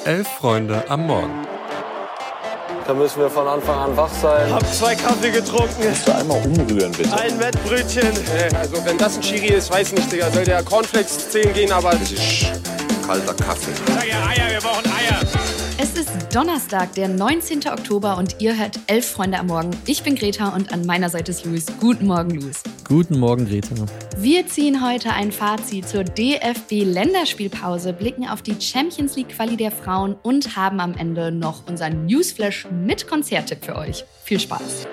11 Freunde am Morgen. Da müssen wir von Anfang an wach sein. Hab 2 Kaffee getrunken. Kannst du einmal umrühren, bitte? Ein Wettbrötchen. Also wenn das ein Schiri ist, weiß nicht, Digga. Soll der Cornflakes zählen gehen, aber... Das ist kalter Kaffee. Sag ja Eier, wir brauchen Eier. Es ist Donnerstag, der 19. Oktober und ihr hört 11 Freunde am Morgen. Ich bin Greta und an meiner Seite ist Luis. Guten Morgen, Luis. Guten Morgen, Greta. Wir ziehen heute ein Fazit zur DFB-Länderspielpause, blicken auf die Champions-League-Quali der Frauen und haben am Ende noch unseren Newsflash mit Konzerttipp für euch. Viel Spaß!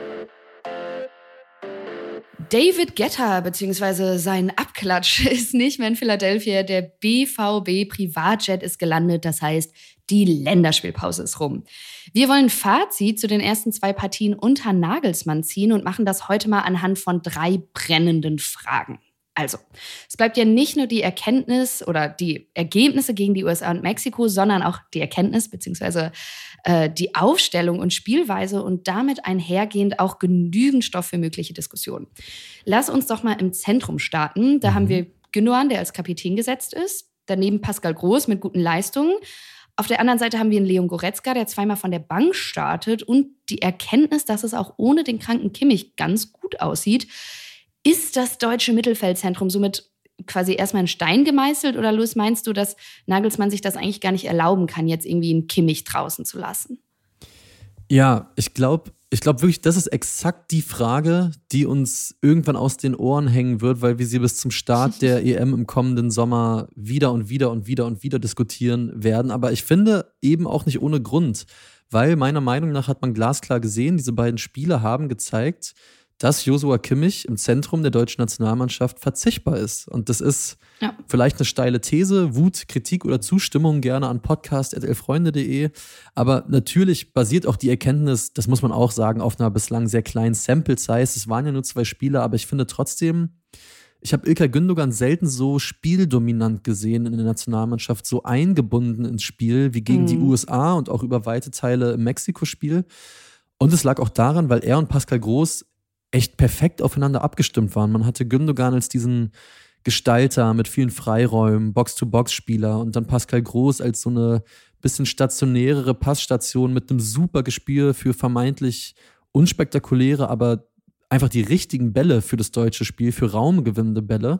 David Guetta bzw. sein Abklatsch ist nicht mehr in Philadelphia. Der BVB-Privatjet ist gelandet, das heißt, die Länderspielpause ist rum. Wir wollen ein Fazit zu den ersten 2 Partien unter Nagelsmann ziehen und machen das heute mal anhand von 3 brennenden Fragen. Also, es bleibt ja nicht nur die Erkenntnis oder die Ergebnisse gegen die USA und Mexiko, sondern auch die Erkenntnis bzw. die Aufstellung und Spielweise und damit einhergehend auch genügend Stoff für mögliche Diskussionen. Lass uns doch mal im Zentrum starten. Da haben wir Gündoğan, der als Kapitän gesetzt ist. Daneben Pascal Groß mit guten Leistungen. Auf der anderen Seite haben wir einen Leon Goretzka, der zweimal von der Bank startet. Und die Erkenntnis, dass es auch ohne den kranken Kimmich ganz gut aussieht. Ist das deutsche Mittelfeldzentrum somit quasi erstmal in Stein gemeißelt? Oder Luis, meinst du, dass Nagelsmann sich das eigentlich gar nicht erlauben kann, jetzt irgendwie einen Kimmich draußen zu lassen? Ja, ich glaube wirklich, das ist exakt die Frage, die uns irgendwann aus den Ohren hängen wird, weil wir sie bis zum Start der EM im kommenden Sommer wieder und wieder diskutieren werden. Aber ich finde eben auch nicht ohne Grund, weil meiner Meinung nach hat man glasklar gesehen, diese beiden Spiele haben gezeigt, dass Joshua Kimmich im Zentrum der deutschen Nationalmannschaft verzichtbar ist. Und das ist vielleicht eine steile These, Wut, Kritik oder Zustimmung gerne an podcast@elffreunde.de. Aber natürlich basiert auch die Erkenntnis, das muss man auch sagen, auf einer bislang sehr kleinen Sample-Size. Es waren ja nur 2 Spiele, aber ich finde trotzdem, ich habe İlkay Gündoğan selten so spieldominant gesehen in der Nationalmannschaft, so eingebunden ins Spiel wie gegen die USA und auch über weite Teile im Mexiko-Spiel. Und es lag auch daran, weil er und Pascal Groß echt perfekt aufeinander abgestimmt waren. Man hatte Gündoğan als diesen Gestalter mit vielen Freiräumen, Box-to-Box-Spieler und dann Pascal Groß als so eine bisschen stationärere Passstation mit einem super Gespür für vermeintlich unspektakuläre, aber einfach die richtigen Bälle für das deutsche Spiel, für raumgewinnende Bälle.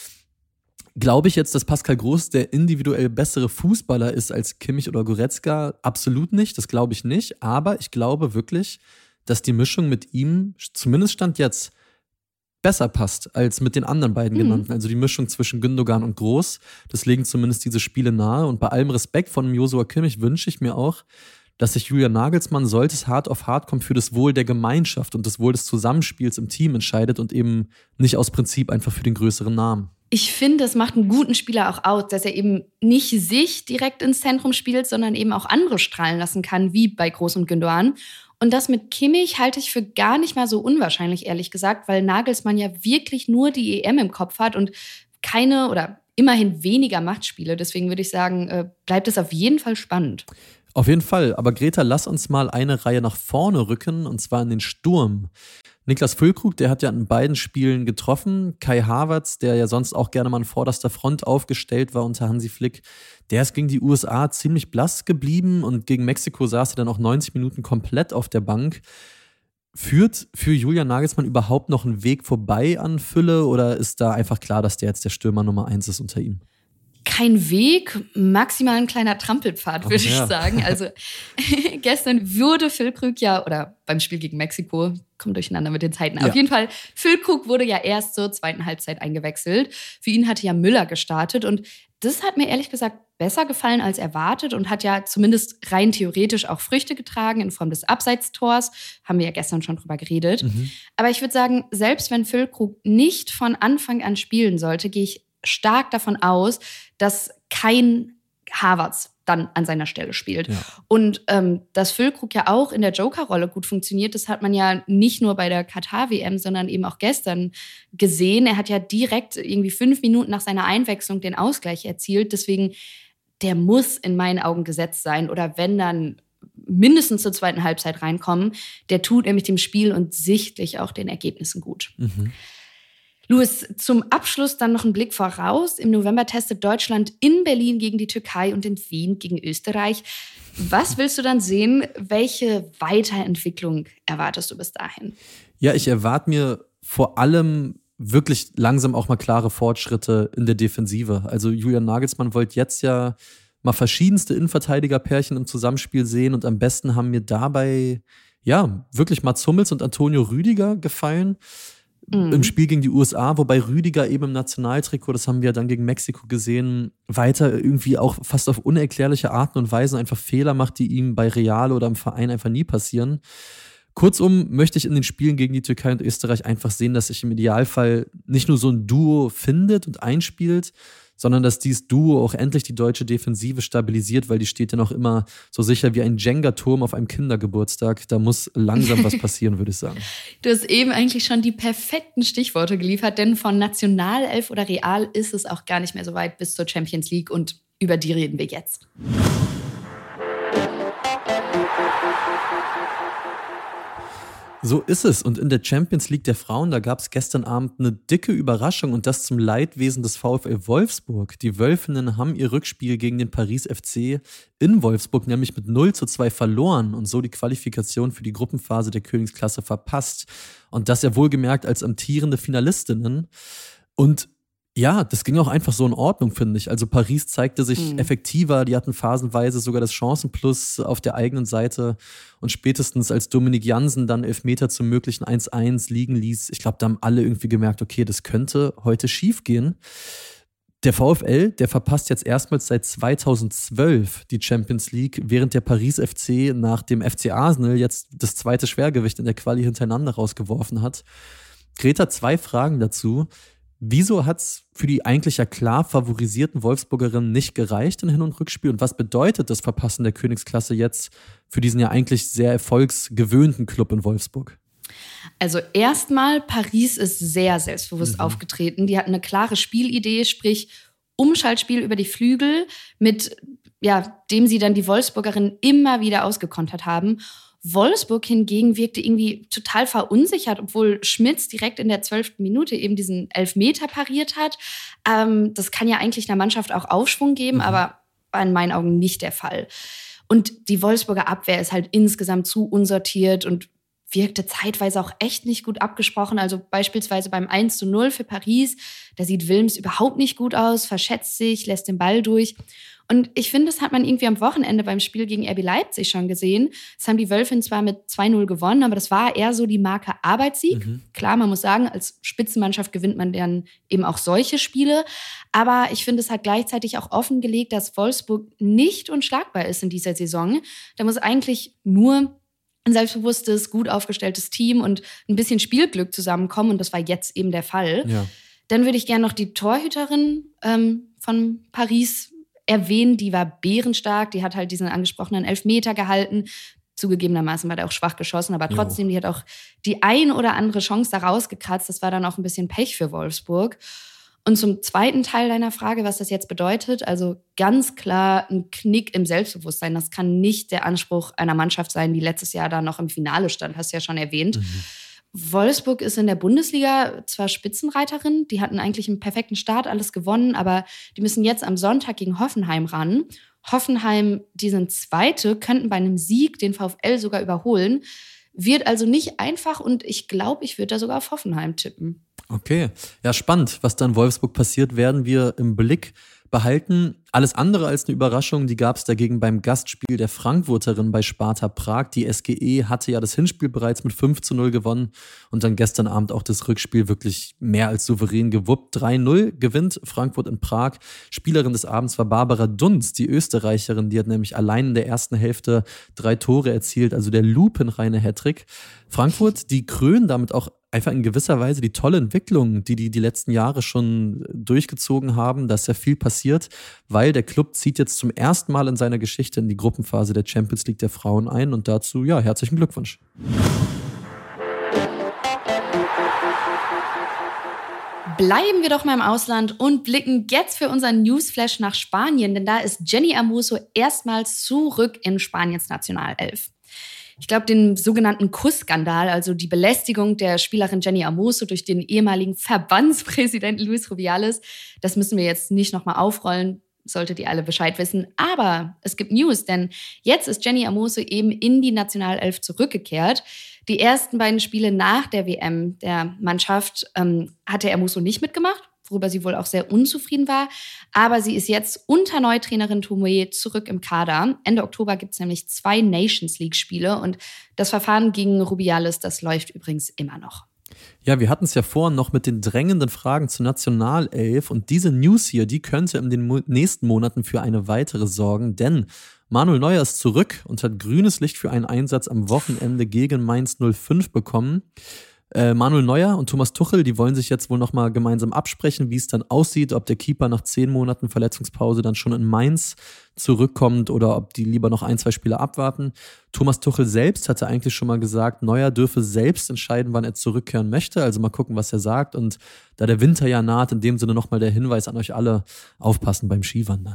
Glaube ich jetzt, dass Pascal Groß der individuell bessere Fußballer ist als Kimmich oder Goretzka? Absolut nicht, das glaube ich nicht. Aber ich glaube wirklich, dass die Mischung mit ihm, zumindest Stand jetzt, besser passt als mit den anderen beiden genannten. Also die Mischung zwischen Gündoğan und Groß, das legen zumindest diese Spiele nahe. Und bei allem Respekt von Joshua Kimmich wünsche ich mir auch, dass sich Julian Nagelsmann, sollte es hart auf hart kommen, für das Wohl der Gemeinschaft und das Wohl des Zusammenspiels im Team entscheidet und eben nicht aus Prinzip einfach für den größeren Namen. Ich finde, es macht einen guten Spieler auch aus, dass er eben nicht sich direkt ins Zentrum spielt, sondern eben auch andere strahlen lassen kann, wie bei Groß und Gündoğan. Und das mit Kimmich halte ich für gar nicht mal so unwahrscheinlich, ehrlich gesagt, weil Nagelsmann ja wirklich nur die EM im Kopf hat und keine oder immerhin weniger Machtspiele. Deswegen würde ich sagen, bleibt es auf jeden Fall spannend. Auf jeden Fall. Aber Greta, lass uns mal eine Reihe nach vorne rücken, und zwar in den Sturm. Niklas Füllkrug, der hat ja in beiden Spielen getroffen. Kai Havertz, der ja sonst auch gerne mal an vorderster Front aufgestellt war unter Hansi Flick, der ist gegen die USA ziemlich blass geblieben und gegen Mexiko saß er dann auch 90 Minuten komplett auf der Bank. Führt für Julian Nagelsmann überhaupt noch ein Weg vorbei an Fülle oder ist da einfach klar, dass der jetzt der Stürmer Nummer 1 ist unter ihm? Kein Weg, maximal ein kleiner Trampelpfad, würde ich sagen. Also gestern wurde Füllkrug ja, oder beim Spiel gegen Mexiko, kommt durcheinander mit den Zeiten. Ja. Auf jeden Fall, Füllkrug wurde ja erst zur zweiten Halbzeit eingewechselt. Für ihn hatte ja Müller gestartet und das hat mir ehrlich gesagt besser gefallen als erwartet und hat ja zumindest rein theoretisch auch Früchte getragen in Form des Abseitstors. Haben wir ja gestern schon drüber geredet. Aber ich würde sagen, selbst wenn Füllkrug nicht von Anfang an spielen sollte, gehe ich stark davon aus, dass kein Havertz dann an seiner Stelle spielt. Ja. Und dass Füllkrug ja auch in der Joker-Rolle gut funktioniert, das hat man ja nicht nur bei der Katar-WM, sondern eben auch gestern gesehen. Er hat ja direkt irgendwie 5 Minuten nach seiner Einwechslung den Ausgleich erzielt. Deswegen, der muss in meinen Augen gesetzt sein. Oder wenn dann mindestens zur zweiten Halbzeit reinkommen, der tut nämlich dem Spiel und sichtlich auch den Ergebnissen gut. Louis, zum Abschluss dann noch ein Blick voraus. Im November testet Deutschland in Berlin gegen die Türkei und in Wien gegen Österreich. Was willst du dann sehen? Welche Weiterentwicklung erwartest du bis dahin? Ja, ich erwarte mir vor allem wirklich langsam auch mal klare Fortschritte in der Defensive. Also Julian Nagelsmann wollte jetzt ja mal verschiedenste Innenverteidigerpärchen im Zusammenspiel sehen und am besten haben mir dabei ja wirklich Mats Hummels und Antonio Rüdiger gefallen. Im Spiel gegen die USA, wobei Rüdiger eben im Nationaltrikot, das haben wir dann gegen Mexiko gesehen, weiter irgendwie auch fast auf unerklärliche Arten und Weisen einfach Fehler macht, die ihm bei Real oder im Verein einfach nie passieren. Kurzum möchte ich in den Spielen gegen die Türkei und Österreich einfach sehen, dass sich im Idealfall nicht nur so ein Duo findet und einspielt, sondern dass dieses Duo auch endlich die deutsche Defensive stabilisiert, weil die steht ja noch immer so sicher wie ein Jenga-Turm auf einem Kindergeburtstag. Da muss langsam was passieren, würde ich sagen. Du hast eben eigentlich schon die perfekten Stichworte geliefert, denn von Nationalelf oder Real ist es auch gar nicht mehr so weit bis zur Champions League und über die reden wir jetzt. So ist es. Und in der Champions League der Frauen, da gab es gestern Abend eine dicke Überraschung und das zum Leidwesen des VfL Wolfsburg. Die Wölfinnen haben ihr Rückspiel gegen den Paris FC in Wolfsburg nämlich mit 0:2 verloren und so die Qualifikation für die Gruppenphase der Königsklasse verpasst. Und das ja wohlgemerkt als amtierende Finalistinnen. Und ja, das ging auch einfach so in Ordnung, finde ich. Also Paris zeigte sich effektiver, die hatten phasenweise sogar das Chancenplus auf der eigenen Seite und spätestens als Dominik Jansen dann Elfmeter zum möglichen 1:1 liegen ließ, ich glaube, da haben alle irgendwie gemerkt, okay, das könnte heute schief gehen. Der VfL, der verpasst jetzt erstmals seit 2012 die Champions League, während der Paris FC nach dem FC Arsenal jetzt das zweite Schwergewicht in der Quali hintereinander rausgeworfen hat. Greta, 2 Fragen dazu. Wieso hat es für die eigentlich ja klar favorisierten Wolfsburgerinnen nicht gereicht in Hin- und Rückspiel? Und was bedeutet das Verpassen der Königsklasse jetzt für diesen ja eigentlich sehr erfolgsgewöhnten Club in Wolfsburg? Also erstmal, Paris ist sehr selbstbewusst aufgetreten. Die hatten eine klare Spielidee, sprich Umschaltspiel über die Flügel, mit dem sie dann die Wolfsburgerinnen immer wieder ausgekontert haben. Wolfsburg hingegen wirkte irgendwie total verunsichert, obwohl Schmitz direkt in der 12. Minute eben diesen Elfmeter pariert hat. Das kann ja eigentlich einer Mannschaft auch Aufschwung geben, aber war in meinen Augen nicht der Fall. Und die Wolfsburger Abwehr ist halt insgesamt zu unsortiert und wirkte zeitweise auch echt nicht gut abgesprochen. Also beispielsweise beim 1:0 für Paris, da sieht Wilms überhaupt nicht gut aus, verschätzt sich, lässt den Ball durch. Und ich finde, das hat man irgendwie am Wochenende beim Spiel gegen RB Leipzig schon gesehen. Das haben die Wölfinnen zwar mit 2:0 gewonnen, aber das war eher so die Marke Arbeitssieg. Klar, man muss sagen, als Spitzenmannschaft gewinnt man dann eben auch solche Spiele. Aber ich finde, es hat gleichzeitig auch offengelegt, dass Wolfsburg nicht unschlagbar ist in dieser Saison. Da muss eigentlich nur ein selbstbewusstes, gut aufgestelltes Team und ein bisschen Spielglück zusammenkommen. Und das war jetzt eben der Fall. Ja. Dann würde ich gerne noch die Torhüterin von Paris erwähnen. Die war bärenstark. Die hat halt diesen angesprochenen Elfmeter gehalten. Zugegebenermaßen war der auch schwach geschossen, aber trotzdem, die hat auch die ein oder andere Chance da rausgekratzt. Das war dann auch ein bisschen Pech für Wolfsburg. Und zum zweiten Teil deiner Frage, was das jetzt bedeutet, also ganz klar ein Knick im Selbstbewusstsein. Das kann nicht der Anspruch einer Mannschaft sein, die letztes Jahr da noch im Finale stand, hast du ja schon erwähnt. Wolfsburg ist in der Bundesliga zwar Spitzenreiterin, die hatten eigentlich einen perfekten Start, alles gewonnen, aber die müssen jetzt am Sonntag gegen Hoffenheim ran. Hoffenheim, die sind Zweite, könnten bei einem Sieg den VfL sogar überholen. Wird also nicht einfach und ich glaube, ich würde da sogar auf Hoffenheim tippen. Okay, ja spannend, was da in Wolfsburg passiert, werden wir im Blick behalten. Alles andere als eine Überraschung, die gab es dagegen beim Gastspiel der Frankfurterin bei Sparta Prag. Die SGE hatte ja das Hinspiel bereits mit 5:0 gewonnen und dann gestern Abend auch das Rückspiel wirklich mehr als souverän gewuppt. 3:0 gewinnt Frankfurt in Prag. Spielerin des Abends war Barbara Dunz, die Österreicherin, die hat nämlich allein in der ersten Hälfte 3 Tore erzielt, also der lupenreine Hattrick. Frankfurt, die krönen damit auch einfach in gewisser Weise die tolle Entwicklung, die letzten Jahre schon durchgezogen haben. Da ist ja viel passiert, weil der Club zieht jetzt zum ersten Mal in seiner Geschichte in die Gruppenphase der Champions League der Frauen ein und dazu, ja, herzlichen Glückwunsch. Bleiben wir doch mal im Ausland und blicken jetzt für unseren Newsflash nach Spanien, denn da ist Jenny Hermoso erstmals zurück in Spaniens Nationalelf. Ich glaube, den sogenannten Kussskandal, also die Belästigung der Spielerin Jenny Hermoso durch den ehemaligen Verbandspräsidenten Luis Rubiales, das müssen wir jetzt nicht nochmal aufrollen, solltet ihr alle Bescheid wissen. Aber es gibt News, denn jetzt ist Jenny Hermoso eben in die Nationalelf zurückgekehrt. Die ersten beiden Spiele nach der WM der Mannschaft hatte Hermoso nicht mitgemacht, worüber sie wohl auch sehr unzufrieden war. Aber sie ist jetzt unter Neutrainerin Tomoe zurück im Kader. Ende Oktober gibt es nämlich 2 Nations League-Spiele und das Verfahren gegen Rubiales, das läuft übrigens immer noch. Ja, wir hatten es ja vorhin noch mit den drängenden Fragen zur Nationalelf und diese News hier, die könnte in den nächsten Monaten für eine weitere sorgen, denn Manuel Neuer ist zurück und hat grünes Licht für einen Einsatz am Wochenende gegen Mainz 05 bekommen. Manuel Neuer und Thomas Tuchel, die wollen sich jetzt wohl nochmal gemeinsam absprechen, wie es dann aussieht, ob der Keeper nach 10 Monaten Verletzungspause dann schon in Mainz zurückkommt oder ob die lieber noch 1-2 Spiele abwarten. Thomas Tuchel selbst hatte eigentlich schon mal gesagt, Neuer dürfe selbst entscheiden, wann er zurückkehren möchte. Also mal gucken, was er sagt. Und da der Winter ja naht, in dem Sinne nochmal der Hinweis an euch alle, aufpassen beim Skiwandern.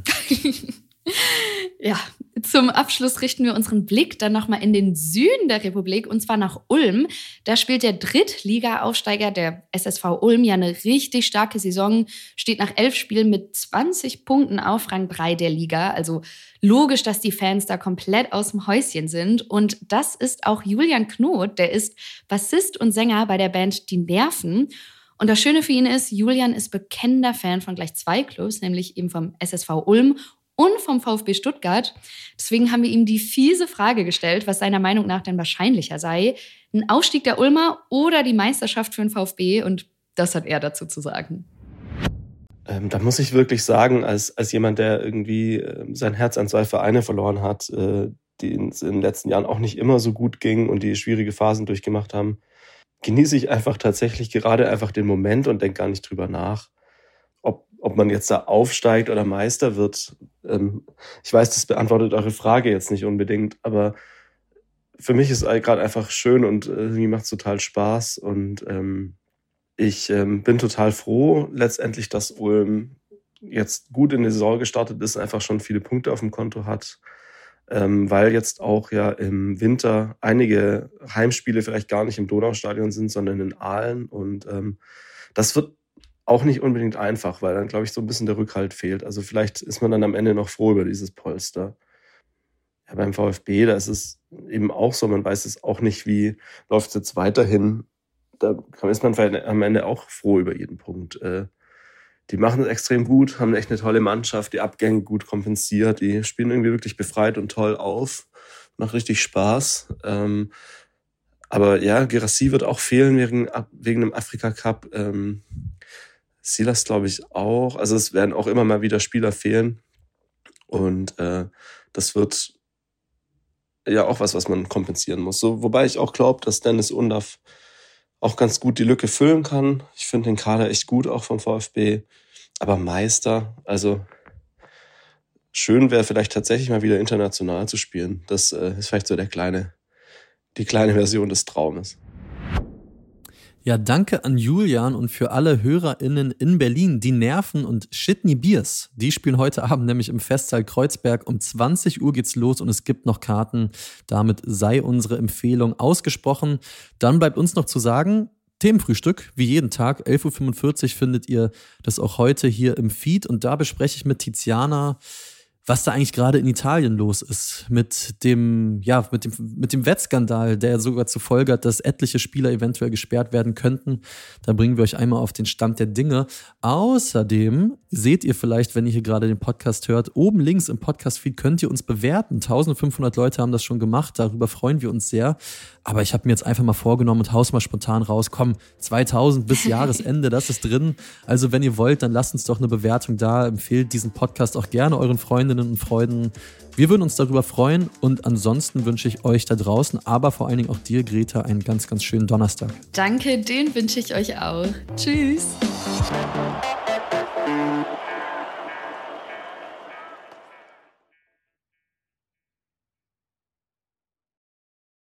Ja, zum Abschluss richten wir unseren Blick dann nochmal in den Süden der Republik, und zwar nach Ulm. Da spielt der Drittliga-Aufsteiger, der SSV Ulm, ja eine richtig starke Saison, steht nach 11 Spielen mit 20 Punkten auf Rang 3 der Liga. Also logisch, dass die Fans da komplett aus dem Häuschen sind. Und das ist auch Julian Knot, der ist Bassist und Sänger bei der Band Die Nerven. Und das Schöne für ihn ist, Julian ist bekennender Fan von gleich 2 Clubs, nämlich eben vom SSV Ulm und vom VfB Stuttgart. Deswegen haben wir ihm die fiese Frage gestellt, was seiner Meinung nach denn wahrscheinlicher sei. Ein Aufstieg der Ulmer oder die Meisterschaft für den VfB? Und das hat er dazu zu sagen. Da muss ich wirklich sagen, als jemand, der irgendwie sein Herz an 2 Vereine verloren hat, denen es in den letzten Jahren auch nicht immer so gut ging und die schwierige Phasen durchgemacht haben, genieße ich einfach tatsächlich gerade einfach den Moment und denke gar nicht drüber nach, ob man jetzt da aufsteigt oder Meister wird. Ich weiß, das beantwortet eure Frage jetzt nicht unbedingt, aber für mich ist es gerade einfach schön und irgendwie macht es total Spaß. Und ich bin total froh letztendlich, dass Ulm jetzt gut in die Saison gestartet ist, einfach schon viele Punkte auf dem Konto hat, weil jetzt auch ja im Winter einige Heimspiele vielleicht gar nicht im Donaustadion sind, sondern in Aalen. Und das wird auch nicht unbedingt einfach, weil dann, glaube ich, so ein bisschen der Rückhalt fehlt. Also vielleicht ist man dann am Ende noch froh über dieses Polster. Ja, beim VfB, da ist es eben auch so, man weiß es auch nicht, wie läuft es jetzt weiterhin. Da ist man am Ende auch froh über jeden Punkt. Die machen es extrem gut, haben echt eine tolle Mannschaft, die Abgänge gut kompensiert, die spielen irgendwie wirklich befreit und toll auf. Macht richtig Spaß. Aber ja, Guirassy wird auch fehlen wegen dem Afrika-Cup. Silas, glaube ich, auch. Also es werden auch immer mal wieder Spieler fehlen. Und das wird ja auch was man kompensieren muss. So, wobei ich auch glaube, dass Dennis Undaff auch ganz gut die Lücke füllen kann. Ich finde den Kader echt gut, auch vom VfB. Aber Meister, also schön wäre vielleicht tatsächlich mal wieder international zu spielen. Das ist vielleicht so die kleine Version des Traumes. Ja, danke an Julian und für alle HörerInnen in Berlin. Die Nerven und Shitney Beers, die spielen heute Abend nämlich im Festsaal Kreuzberg. Um 20 Uhr geht's los und es gibt noch Karten. Damit sei unsere Empfehlung ausgesprochen. Dann bleibt uns noch zu sagen, Themenfrühstück, wie jeden Tag, 11.45 Uhr findet ihr das auch heute hier im Feed. Und da bespreche ich mit Tiziana, was da eigentlich gerade in Italien los ist mit dem Wettskandal, der sogar zur Folge hat, dass etliche Spieler eventuell gesperrt werden könnten. Da bringen wir euch einmal auf den Stand der Dinge. Außerdem seht ihr vielleicht, wenn ihr hier gerade den Podcast hört, oben links im Podcast-Feed könnt ihr uns bewerten. 1500 Leute haben das schon gemacht, darüber freuen wir uns sehr. Aber ich habe mir jetzt einfach mal vorgenommen und haus mal spontan raus, komm, 2000 bis Jahresende, das ist drin. Also wenn ihr wollt, dann lasst uns doch eine Bewertung da. Empfehlt diesen Podcast auch gerne euren Freundinnen und Freunden. Wir würden uns darüber freuen und ansonsten wünsche ich euch da draußen, aber vor allen Dingen auch dir, Greta, einen ganz, ganz schönen Donnerstag. Danke, den wünsche ich euch auch. Tschüss.